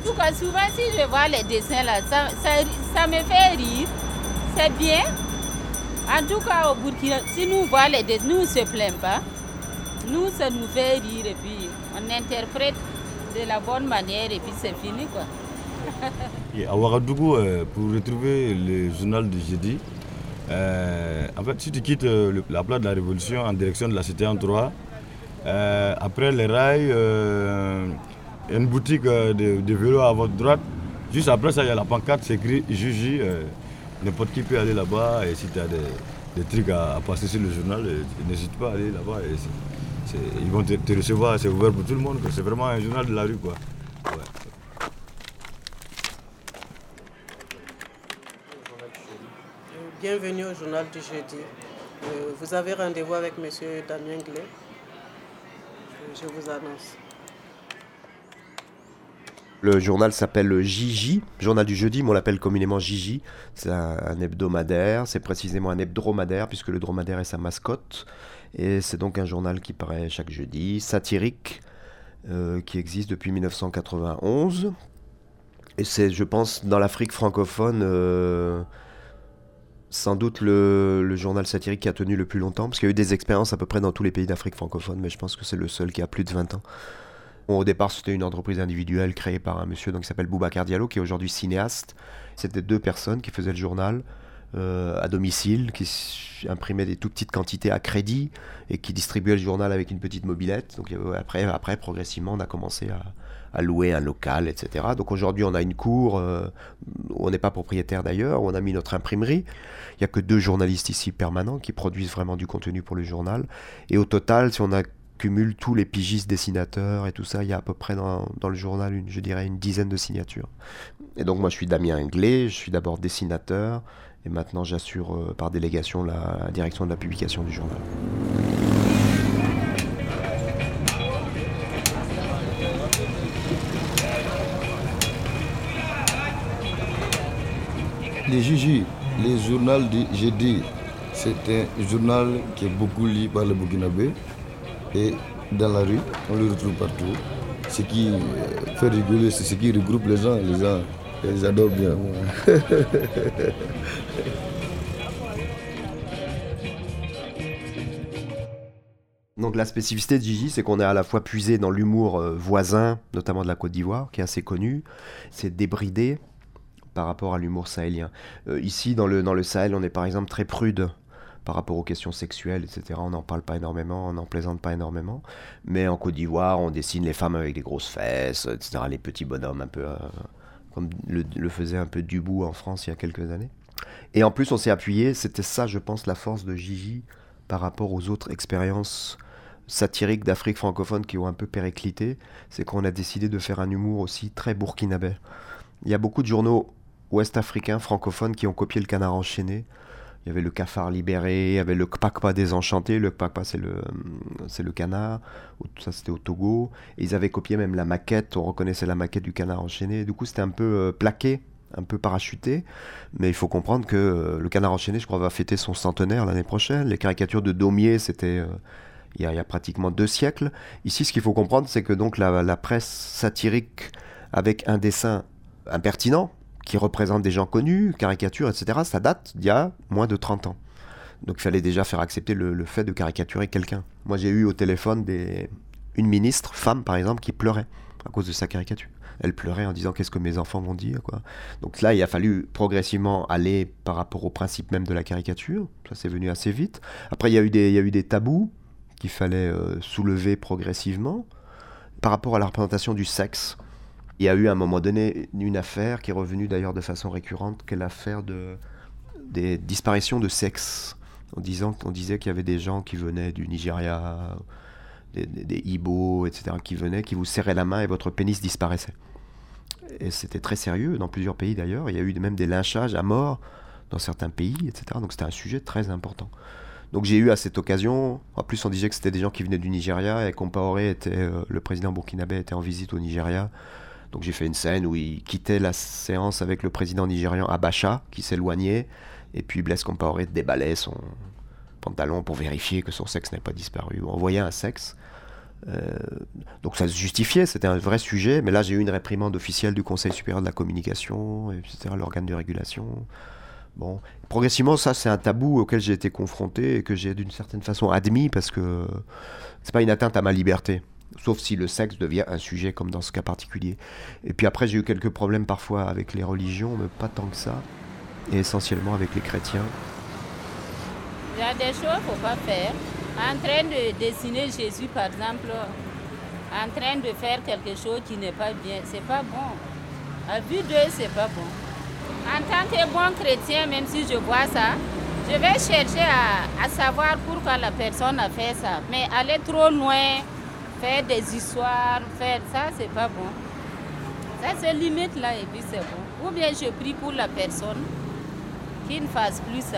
tout cas, souvent, si je vois les dessins là, ça me fait rire. C'est bien. En tout cas, au Burkina, si nous voyons les dessins, nous ne se plaignons pas. Nous, ça nous fait rire et puis on interprète de la bonne manière et puis c'est fini, quoi. Et à Ouagadougou, pour retrouver le journal de jeudi, en fait, si tu quittes la place de la Révolution en direction de la cité en 3, après les rails, il y a une boutique de vélo à votre droite. Juste après ça, il y a la pancarte, c'est écrit Juji. N'importe qui peut aller là-bas et si tu as des trucs à passer sur le journal, n'hésite pas à aller là-bas. Ils vont te recevoir, c'est ouvert pour tout le monde. C'est vraiment un journal de la rue, quoi. Ouais. Bienvenue au journal du jeudi. Vous avez rendez-vous avec M. Damien Glé. Je vous annonce. Le journal s'appelle Jiji, journal du jeudi, mais on l'appelle communément Jiji. C'est un hebdomadaire, c'est précisément un hebdomadaire puisque le dromadaire est sa mascotte. Et c'est donc un journal qui paraît chaque jeudi, satirique, qui existe depuis 1991. Et c'est, je pense, dans l'Afrique francophone, sans doute le journal satirique qui a tenu le plus longtemps, parce qu'il y a eu des expériences à peu près dans tous les pays d'Afrique francophone, mais je pense que c'est le seul qui a plus de 20 ans. Bon, au départ, c'était une entreprise individuelle créée par un monsieur qui s'appelle Boubacar Diallo, qui est aujourd'hui cinéaste. C'était 2 personnes qui faisaient le journal à domicile, qui imprimaient des tout petites quantités à crédit et qui distribuaient le journal avec une petite mobilette. Donc après progressivement, on a commencé à louer un local, etc. Donc aujourd'hui, on a une cour, où on n'est pas propriétaire d'ailleurs, où on a mis notre imprimerie. Il n'y a que 2 journalistes ici permanents qui produisent vraiment du contenu pour le journal. Et au total, si on cumule tous les pigistes, dessinateurs et tout ça, il y a à peu près dans le journal, je dirais, une dizaine de signatures. Et donc moi, je suis Damien Glé, je suis d'abord dessinateur, et maintenant j'assure par délégation la direction de la publication du journal. Les Jiji, les journaux de jeudi, c'est un journal qui est beaucoup lu par les Burkinabés. Et dans la rue, on le retrouve partout. Ce qui fait rigoler, c'est ce qui regroupe les gens ils adorent bien. Donc la spécificité de Jiji, c'est qu'on est à la fois puisé dans l'humour voisin, notamment de la Côte d'Ivoire, qui est assez connu. C'est débridé par rapport à l'humour sahélien. Ici, dans le Sahel, on est par exemple très prude par rapport aux questions sexuelles, etc. On n'en parle pas énormément, on n'en plaisante pas énormément. Mais en Côte d'Ivoire, on dessine les femmes avec des grosses fesses, etc. Les petits bonhommes, un peu comme le faisait un peu Dubou en France il y a quelques années. Et en plus, on s'est appuyé, c'était ça, je pense, la force de Jiji par rapport aux autres expériences satiriques d'Afrique francophone qui ont un peu périclité, c'est qu'on a décidé de faire un humour aussi très burkinabé. Il y a beaucoup de journaux ouest-africains francophones qui ont copié le Canard enchaîné. Il y avait le Cafard libéré, il y avait le Kpakpa désenchanté. Le Kpakpa, c'est le canard. Ça, c'était au Togo. Et ils avaient copié même la maquette. On reconnaissait la maquette du Canard enchaîné. Du coup, c'était un peu plaqué, un peu parachuté. Mais il faut comprendre que le Canard enchaîné, je crois, va fêter son centenaire l'année prochaine. Les caricatures de Daumier, c'était il y a pratiquement 2 siècles. Ici, ce qu'il faut comprendre, c'est que donc la presse satirique avec un dessin impertinent, qui représentent des gens connus, caricatures, etc., ça date d'il y a moins de 30 ans. Donc il fallait déjà faire accepter le fait de caricaturer quelqu'un. Moi j'ai eu au téléphone une ministre, femme par exemple, qui pleurait à cause de sa caricature. Elle pleurait en disant qu'est-ce que mes enfants vont dire, quoi. Donc là il a fallu progressivement aller par rapport au principe même de la caricature. Ça c'est venu assez vite. Après il y a eu des tabous qu'il fallait soulever progressivement par rapport à la représentation du sexe. Il y a eu à un moment donné une affaire qui est revenue d'ailleurs de façon récurrente, qui est l'affaire des disparitions de sexe. On disait qu'il y avait des gens qui venaient du Nigeria, des Igbo, etc., qui venaient, qui vous serraient la main et votre pénis disparaissait. Et c'était très sérieux dans plusieurs pays d'ailleurs. Il y a eu même des lynchages à mort dans certains pays, etc. Donc c'était un sujet très important. Donc j'ai eu à cette occasion, en plus on disait que c'était des gens qui venaient du Nigeria et Compaoré le président burkinabé était en visite au Nigeria. Donc j'ai fait une scène où il quittait la séance avec le président nigérian Abacha, qui s'éloignait, et puis Blaise Compaoré déballait son pantalon pour vérifier que son sexe n'ait pas disparu. On voyait un sexe, Donc ça se justifiait, c'était un vrai sujet, mais là j'ai eu une réprimande officielle du Conseil supérieur de la communication, etc., l'organe de régulation. Bon, progressivement, ça c'est un tabou auquel j'ai été confronté et que j'ai d'une certaine façon admis parce que c'est pas une atteinte à ma liberté, sauf si le sexe devient un sujet comme dans ce cas particulier. Et puis après j'ai eu quelques problèmes parfois avec les religions, mais pas tant que ça, et essentiellement avec les chrétiens. Il y a des choses qu'il ne faut pas faire. En train de dessiner Jésus par exemple, en train de faire quelque chose qui n'est pas bien, c'est pas bon. À vue d'eux, c'est pas bon. En tant que bon chrétien, même si je vois ça, je vais chercher à savoir pourquoi la personne a fait ça. Mais aller trop loin, faire des histoires, faire ça, c'est pas bon. Ça se limite là et puis c'est bon. Ou bien je prie pour la personne qui ne fasse plus ça.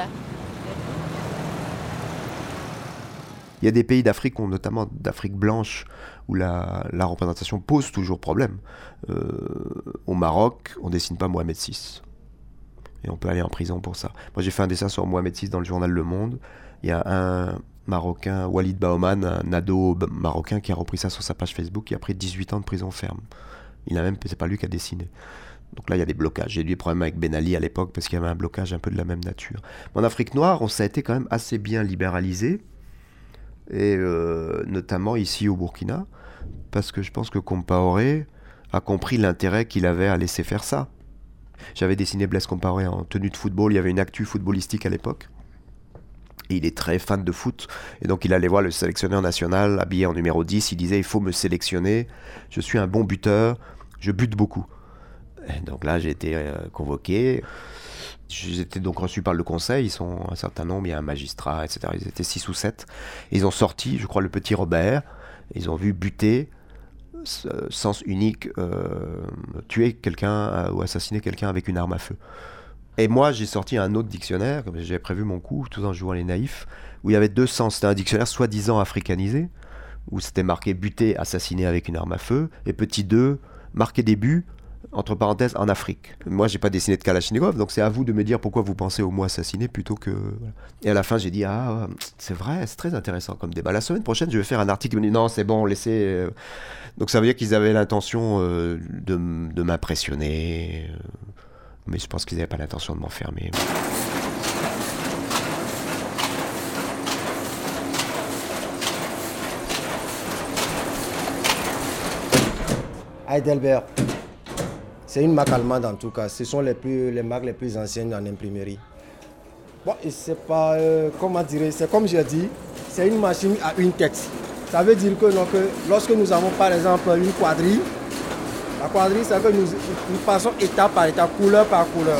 Il y a des pays d'Afrique, notamment d'Afrique blanche, où la représentation pose toujours problème. Au Maroc, on ne dessine pas Mohamed VI. Et on peut aller en prison pour ça. Moi, j'ai fait un dessin sur Mohamed VI dans le journal Le Monde. Il y a un Marocain, Walid Baoman, un ado marocain, qui a repris ça sur sa page Facebook, qui a pris 18 ans de prison ferme. C'est pas lui qui a dessiné. Donc là, il y a des blocages. J'ai eu des problèmes avec Ben Ali à l'époque, parce qu'il y avait un blocage un peu de la même nature. Mais en Afrique noire, ça a été quand même assez bien libéralisé. Et notamment ici au Burkina, parce que je pense que Compaoré a compris l'intérêt qu'il avait à laisser faire ça. J'avais dessiné Blaise Compaoré en tenue de football, il y avait une actu footballistique à l'époque, et il est très fan de foot, et donc il allait voir le sélectionneur national habillé en numéro 10, il disait « il faut me sélectionner, je suis un bon buteur, je bute beaucoup ». Donc là j'ai été convoqué. J'étais donc reçu par le conseil, ils sont un certain nombre, il y a un magistrat, etc. Ils étaient 6 ou 7. Ils ont sorti, je crois, le petit Robert. Ils ont vu buter, sens unique, tuer quelqu'un ou assassiner quelqu'un avec une arme à feu. Et moi, j'ai sorti un autre dictionnaire, comme j'avais prévu mon coup, tout en jouant les naïfs, où il y avait 2 sens. C'était un dictionnaire soi-disant africanisé, où c'était marqué buter, assassiner avec une arme à feu, et petit 2, marquer des buts, entre parenthèses, en Afrique. Moi, j'ai pas dessiné de Kalachnikov, donc c'est à vous de me dire pourquoi vous pensez au mot assassiner plutôt que... Voilà. Et à la fin, j'ai dit, c'est vrai, c'est très intéressant comme débat. La semaine prochaine, je vais faire un article qui me dit, non, c'est bon, laissez... Donc ça veut dire qu'ils avaient l'intention de m'impressionner, mais je pense qu'ils n'avaient pas l'intention de m'enfermer. Heidelberg. C'est une marque allemande en tout cas. Ce sont les marques les plus anciennes en imprimerie. Bon, et c'est pas, comment dire, c'est comme je dis, c'est une machine à une tête. Ça veut dire que lorsque nous avons par exemple une quadrille, la quadrille, c'est que nous passons étape par étape, couleur par couleur.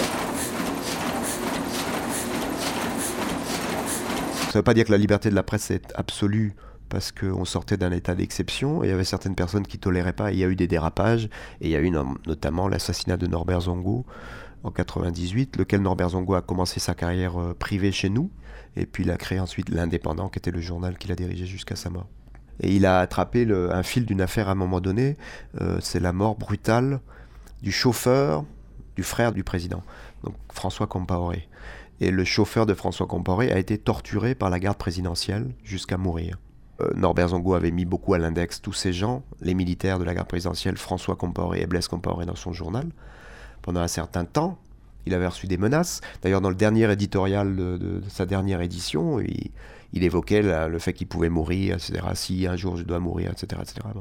Ça ne veut pas dire que la liberté de la presse est absolue, parce qu'on sortait d'un état d'exception, et il y avait certaines personnes qui ne toléraient pas, et il y a eu des dérapages, et il y a eu notamment l'assassinat de Norbert Zongo en 1998, lequel Norbert Zongo a commencé sa carrière privée chez nous, et puis il a créé ensuite l'Indépendant, qui était le journal qu'il a dirigé jusqu'à sa mort. Et il a attrapé un fil d'une affaire à un moment donné, c'est la mort brutale du chauffeur du frère du président, donc François Compaoré. Et le chauffeur de François Compaoré a été torturé par la garde présidentielle jusqu'à mourir. Norbert Zongo avait mis beaucoup à l'index tous ces gens, les militaires de la garde présidentielle, François Compaoré et Blaise Compaoré dans son journal. Pendant un certain temps, il avait reçu des menaces. D'ailleurs, dans le dernier éditorial de sa dernière édition, il évoquait le fait qu'il pouvait mourir, etc. Si un jour je dois mourir, etc. etc. Bon.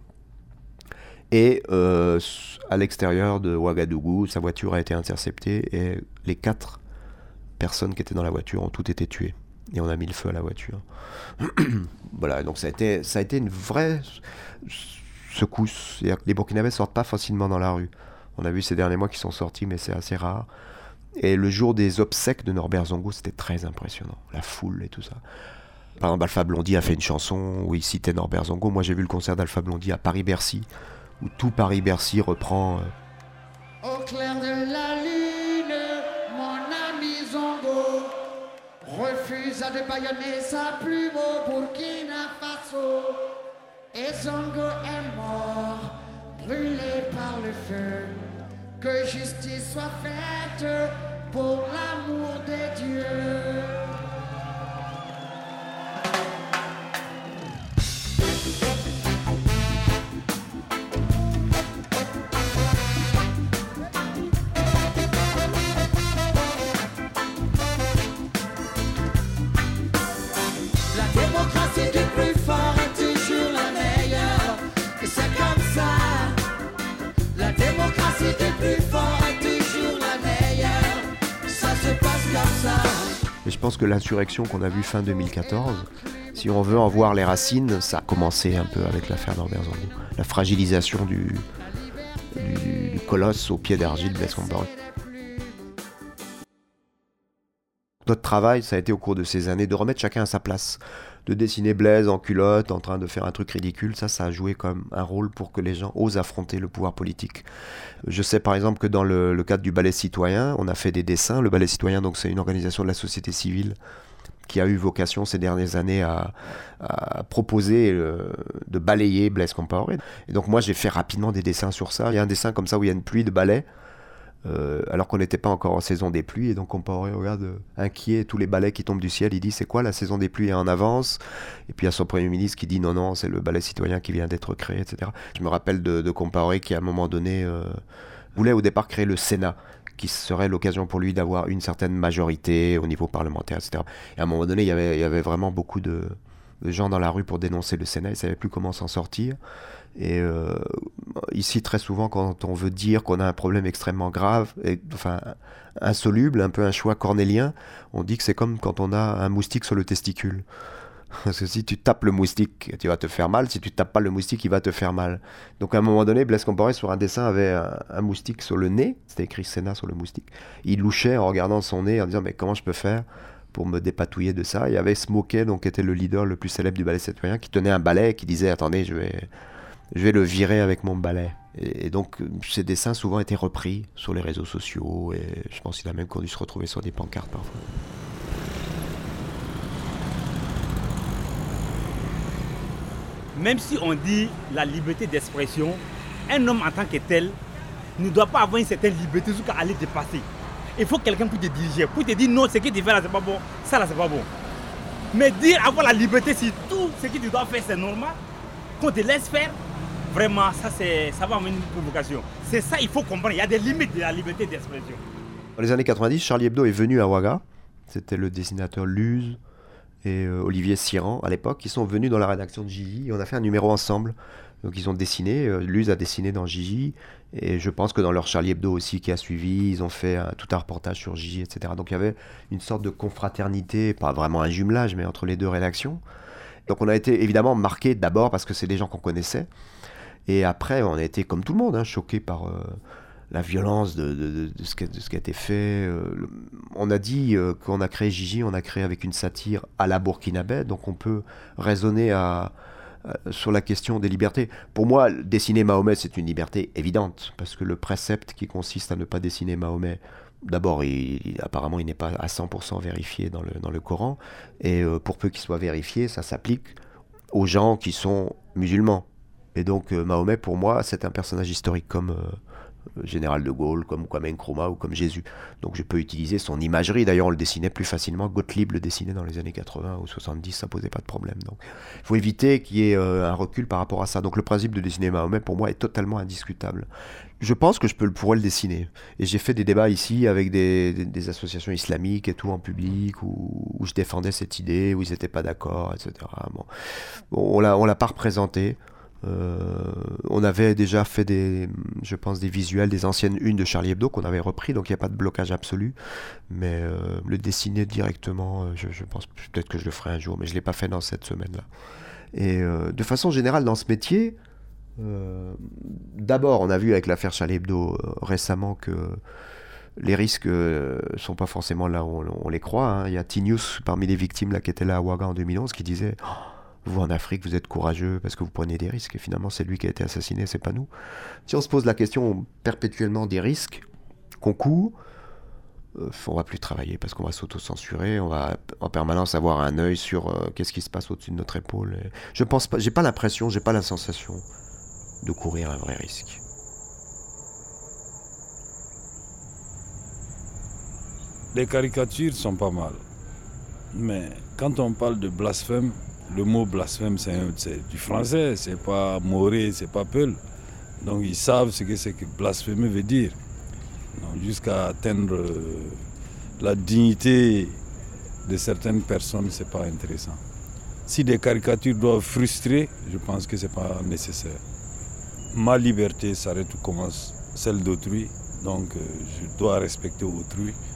Et à l'extérieur de Ouagadougou, sa voiture a été interceptée et les 4 personnes qui étaient dans la voiture ont toutes été tuées. Et on a mis le feu à la voiture. Voilà, donc ça a été une vraie secousse. C'est-à-dire que les Burkinabés ne sortent pas facilement dans la rue. On a vu ces derniers mois qu'ils sont sortis, mais c'est assez rare. Et le jour des obsèques de Norbert Zongo, c'était très impressionnant. La foule et tout ça. Par exemple, Alpha Blondy a fait une chanson où il citait Norbert Zongo. Moi, j'ai vu le concert d'Alpha Blondy à Paris-Bercy, où tout Paris-Bercy reprend... Au clair de la lune, mon ami Zongo refusa de bâillonner sa plume au Burkina Faso. Et Zongo est mort, brûlé par le feu. Que justice soit faite pour l'amour des dieux. pense que l'insurrection qu'on a vue fin 2014, si on veut en voir les racines, ça a commencé un peu avec l'affaire Norbert Zongo. La fragilisation du colosse au pied d'argile Blaise Compaoré. Notre travail, ça a été au cours de ces années de remettre chacun à sa place. De dessiner Blaise en culotte, en train de faire un truc ridicule, ça a joué comme un rôle pour que les gens osent affronter le pouvoir politique. Je sais par exemple que dans le cadre du ballet citoyen, on a fait des dessins. Le ballet citoyen, donc, c'est une organisation de la société civile qui a eu vocation ces dernières années à proposer de balayer Blaise Compaoré. Et donc moi j'ai fait rapidement des dessins sur ça. Il y a un dessin comme ça où il y a une pluie de balais, alors qu'on n'était pas encore en saison des pluies, et donc Compaoré regarde inquiet tous les balais qui tombent du ciel. Il dit c'est quoi, la saison des pluies est en avance? Et puis il y a son premier ministre qui dit non, c'est le ballet citoyen qui vient d'être créé, etc. Je me rappelle de Compaoré qui à un moment donné voulait au départ créer le Sénat, qui serait l'occasion pour lui d'avoir une certaine majorité au niveau parlementaire, etc. Et à un moment donné, il y avait vraiment beaucoup de gens dans la rue pour dénoncer le Sénat. Ils ne savaient plus comment s'en sortir. Et ici, très souvent, quand on veut dire qu'on a un problème extrêmement grave, insoluble, un peu un choix cornélien, on dit que c'est comme quand on a un moustique sur le testicule. Parce que si tu tapes le moustique, tu vas te faire mal. Si tu tapes pas le moustique, il va te faire mal. Donc à un moment donné, Blaise Compaoré, sur un dessin, avait un moustique sur le nez. C'était écrit Sénat sur le moustique. Il louchait en regardant son nez, en disant « Mais comment je peux faire pour me dépatouiller de ça ?» Il y avait Smokey, donc, qui était le leader le plus célèbre du ballet citoyen, qui tenait un balai et qui disait « Attendez, je vais le virer avec mon balai. » Et donc ces dessins souvent étaient repris sur les réseaux sociaux. Et je pense qu'il a même dû se retrouver sur des pancartes parfois. Même si on dit la liberté d'expression, un homme en tant que tel ne doit pas avoir une certaine liberté jusqu'à aller dépasser. Il faut quelqu'un pour te diriger, pour te dire non, ce que tu fais là c'est pas bon, ça là c'est pas bon. Mais dire avoir la liberté sur tout ce que tu dois faire c'est normal, qu'on te laisse faire, vraiment ça va amener une provocation. C'est ça, il faut comprendre, il y a des limites de la liberté d'expression. Dans les années 90, Charlie Hebdo est venu à Ouaga, c'était le dessinateur Luz et Olivier Siran à l'époque, qui sont venus dans la rédaction de Gigi et on a fait un numéro ensemble. Donc ils ont dessiné, Luz a dessiné dans Gigi et je pense que dans leur Charlie Hebdo aussi qui a suivi, ils ont fait tout un reportage sur Gigi, etc. Donc il y avait une sorte de confraternité, pas vraiment un jumelage, mais entre les deux rédactions. Donc on a été évidemment marqués d'abord parce que c'est des gens qu'on connaissait et après on a été comme tout le monde, choqués par la violence de ce qui a été fait. On a dit qu'on a créé Gigi, on a créé avec une satire à la burkinabé, donc on peut raisonner sur la question des libertés. Pour moi, dessiner Mahomet, c'est une liberté évidente, parce que le précepte qui consiste à ne pas dessiner Mahomet, d'abord, apparemment, il n'est pas à 100% vérifié dans le Coran, et pour peu qu'il soit vérifié, ça s'applique aux gens qui sont musulmans. Et donc, Mahomet, pour moi, c'est un personnage historique comme Général de Gaulle, comme Kwame Nkrumah ou comme Jésus. Donc je peux utiliser son imagerie. D'ailleurs, on le dessinait plus facilement. Gottlieb le dessinait dans les années 80 ou 70, ça posait pas de problème. Donc il faut éviter qu'il y ait un recul par rapport à ça. Donc le principe de dessiner Mahomet, pour moi, est totalement indiscutable. Je pense que je pourrais le dessiner. Et j'ai fait des débats ici avec des associations islamiques et tout en public où je défendais cette idée, où ils n'étaient pas d'accord, etc. Bon, on l'a pas représenté. On avait déjà fait des visuels des anciennes unes de Charlie Hebdo qu'on avait repris, donc il n'y a pas de blocage absolu, mais le dessiner directement, je pense peut-être que je le ferai un jour, mais je ne l'ai pas fait dans cette semaine-là. Et de façon générale dans ce métier, d'abord on a vu avec l'affaire Charlie Hebdo récemment que les risques sont pas forcément là où on les croit. Il y a Tinius parmi les victimes là, qui était là à Ouaga en 2011 qui disait vous en Afrique, vous êtes courageux parce que vous prenez des risques. Et finalement, c'est lui qui a été assassiné, c'est pas nous. Si on se pose la question perpétuellement des risques qu'on court, on va plus travailler parce qu'on va s'auto-censurer. On va en permanence avoir un œil sur qu'est-ce qui se passe au-dessus de notre épaule. Et je pense pas, j'ai pas l'impression, j'ai pas la sensation de courir un vrai risque. Les caricatures sont pas mal. Mais quand on parle de blasphème, le mot blasphème, c'est du français, c'est pas moré, c'est pas peul. Donc ils savent ce que blasphémer veut dire. Donc, jusqu'à atteindre la dignité de certaines personnes, c'est pas intéressant. Si des caricatures doivent frustrer, je pense que c'est pas nécessaire. Ma liberté s'arrête où commence celle d'autrui, donc je dois respecter autrui.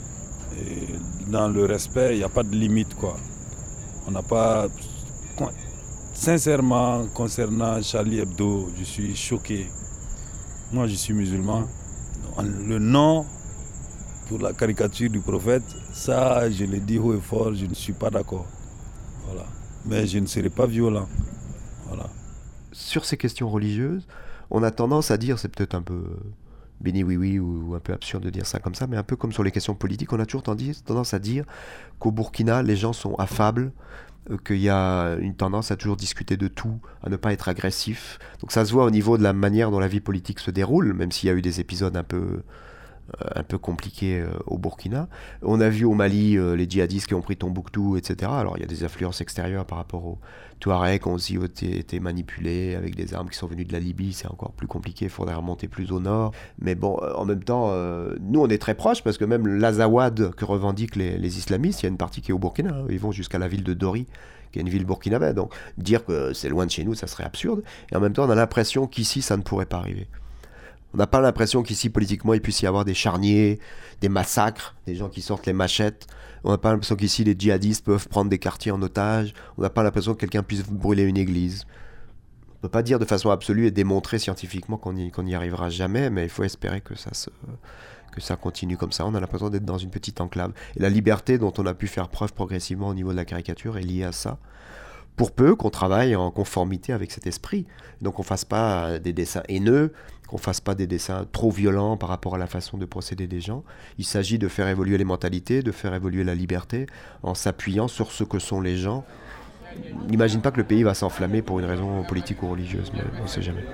Et dans le respect, il n'y a pas de limite, quoi. On n'a pas... Sincèrement, concernant Charlie Hebdo, je suis choqué. Moi, je suis musulman. Le nom pour la caricature du prophète, ça, je le dis haut et fort, je ne suis pas d'accord. Voilà. Mais je ne serai pas violent. Voilà. Sur ces questions religieuses, on a tendance à dire, c'est peut-être un peu béni oui ou un peu absurde de dire ça comme ça, mais un peu comme sur les questions politiques, on a toujours tendance à dire qu'au Burkina, les gens sont affables, qu'il y a une tendance à toujours discuter de tout, à ne pas être agressif. Donc ça se voit au niveau de la manière dont la vie politique se déroule, même s'il y a eu des épisodes un peu compliqué au Burkina. On a vu au Mali les djihadistes qui ont pris Tombouctou, etc. Alors il y a des influences extérieures par rapport aux Touaregs qui ont aussi été manipulés avec des armes qui sont venues de la Libye. C'est encore plus compliqué, il faudrait remonter plus au nord. Mais bon, en même temps, nous on est très proches parce que même l'Azawad que revendiquent les islamistes, il y a une partie qui est au Burkina. Hein. Ils vont jusqu'à la ville de Dori, qui est une ville burkinabé. Donc dire que c'est loin de chez nous, ça serait absurde. Et en même temps, on a l'impression qu'ici, ça ne pourrait pas arriver. On n'a pas l'impression qu'ici, politiquement, il puisse y avoir des charniers, des massacres, des gens qui sortent les machettes. On n'a pas l'impression qu'ici, les djihadistes peuvent prendre des quartiers en otage. On n'a pas l'impression que quelqu'un puisse brûler une église. On ne peut pas dire de façon absolue et démontrer scientifiquement qu'on n'y arrivera jamais, mais il faut espérer que ça continue comme ça. On a l'impression d'être dans une petite enclave. Et la liberté dont on a pu faire preuve progressivement au niveau de la caricature est liée à ça. Pour peu qu'on travaille en conformité avec cet esprit. Donc on ne fasse pas des dessins haineux, qu'on ne fasse pas des dessins trop violents par rapport à la façon de procéder des gens. Il s'agit de faire évoluer les mentalités, de faire évoluer la liberté, en s'appuyant sur ce que sont les gens. N'imagine pas que le pays va s'enflammer pour une raison politique ou religieuse, mais on ne sait jamais.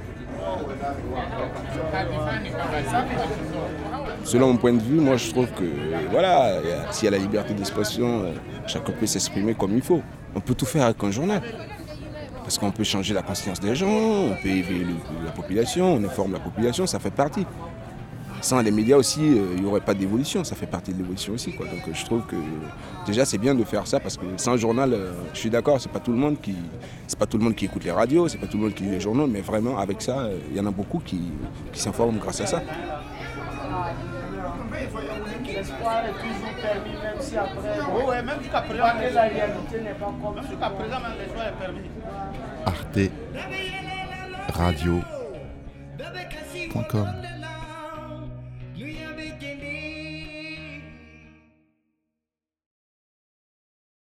Selon mon point de vue, moi je trouve que voilà, s'il y a la liberté d'expression, chacun peut s'exprimer comme il faut. On peut tout faire avec un journal. Parce qu'on peut changer la conscience des gens, on peut éveiller la population, on informe la population, ça fait partie. Sans les médias aussi, il n'y aurait pas d'évolution, ça fait partie de l'évolution aussi, quoi. Donc je trouve que déjà c'est bien de faire ça parce que sans journal, je suis d'accord, c'est pas tout le monde qui écoute les radios, c'est pas tout le monde qui lit les journaux, mais vraiment avec ça, il y en a beaucoup qui s'informent grâce à ça. L'espoir est toujours permis, même si après. Oui, même jusqu'à présent, la réalité n'est pas comme. Même jusqu'à présent, même l'espoir est permis. Arte Radio.com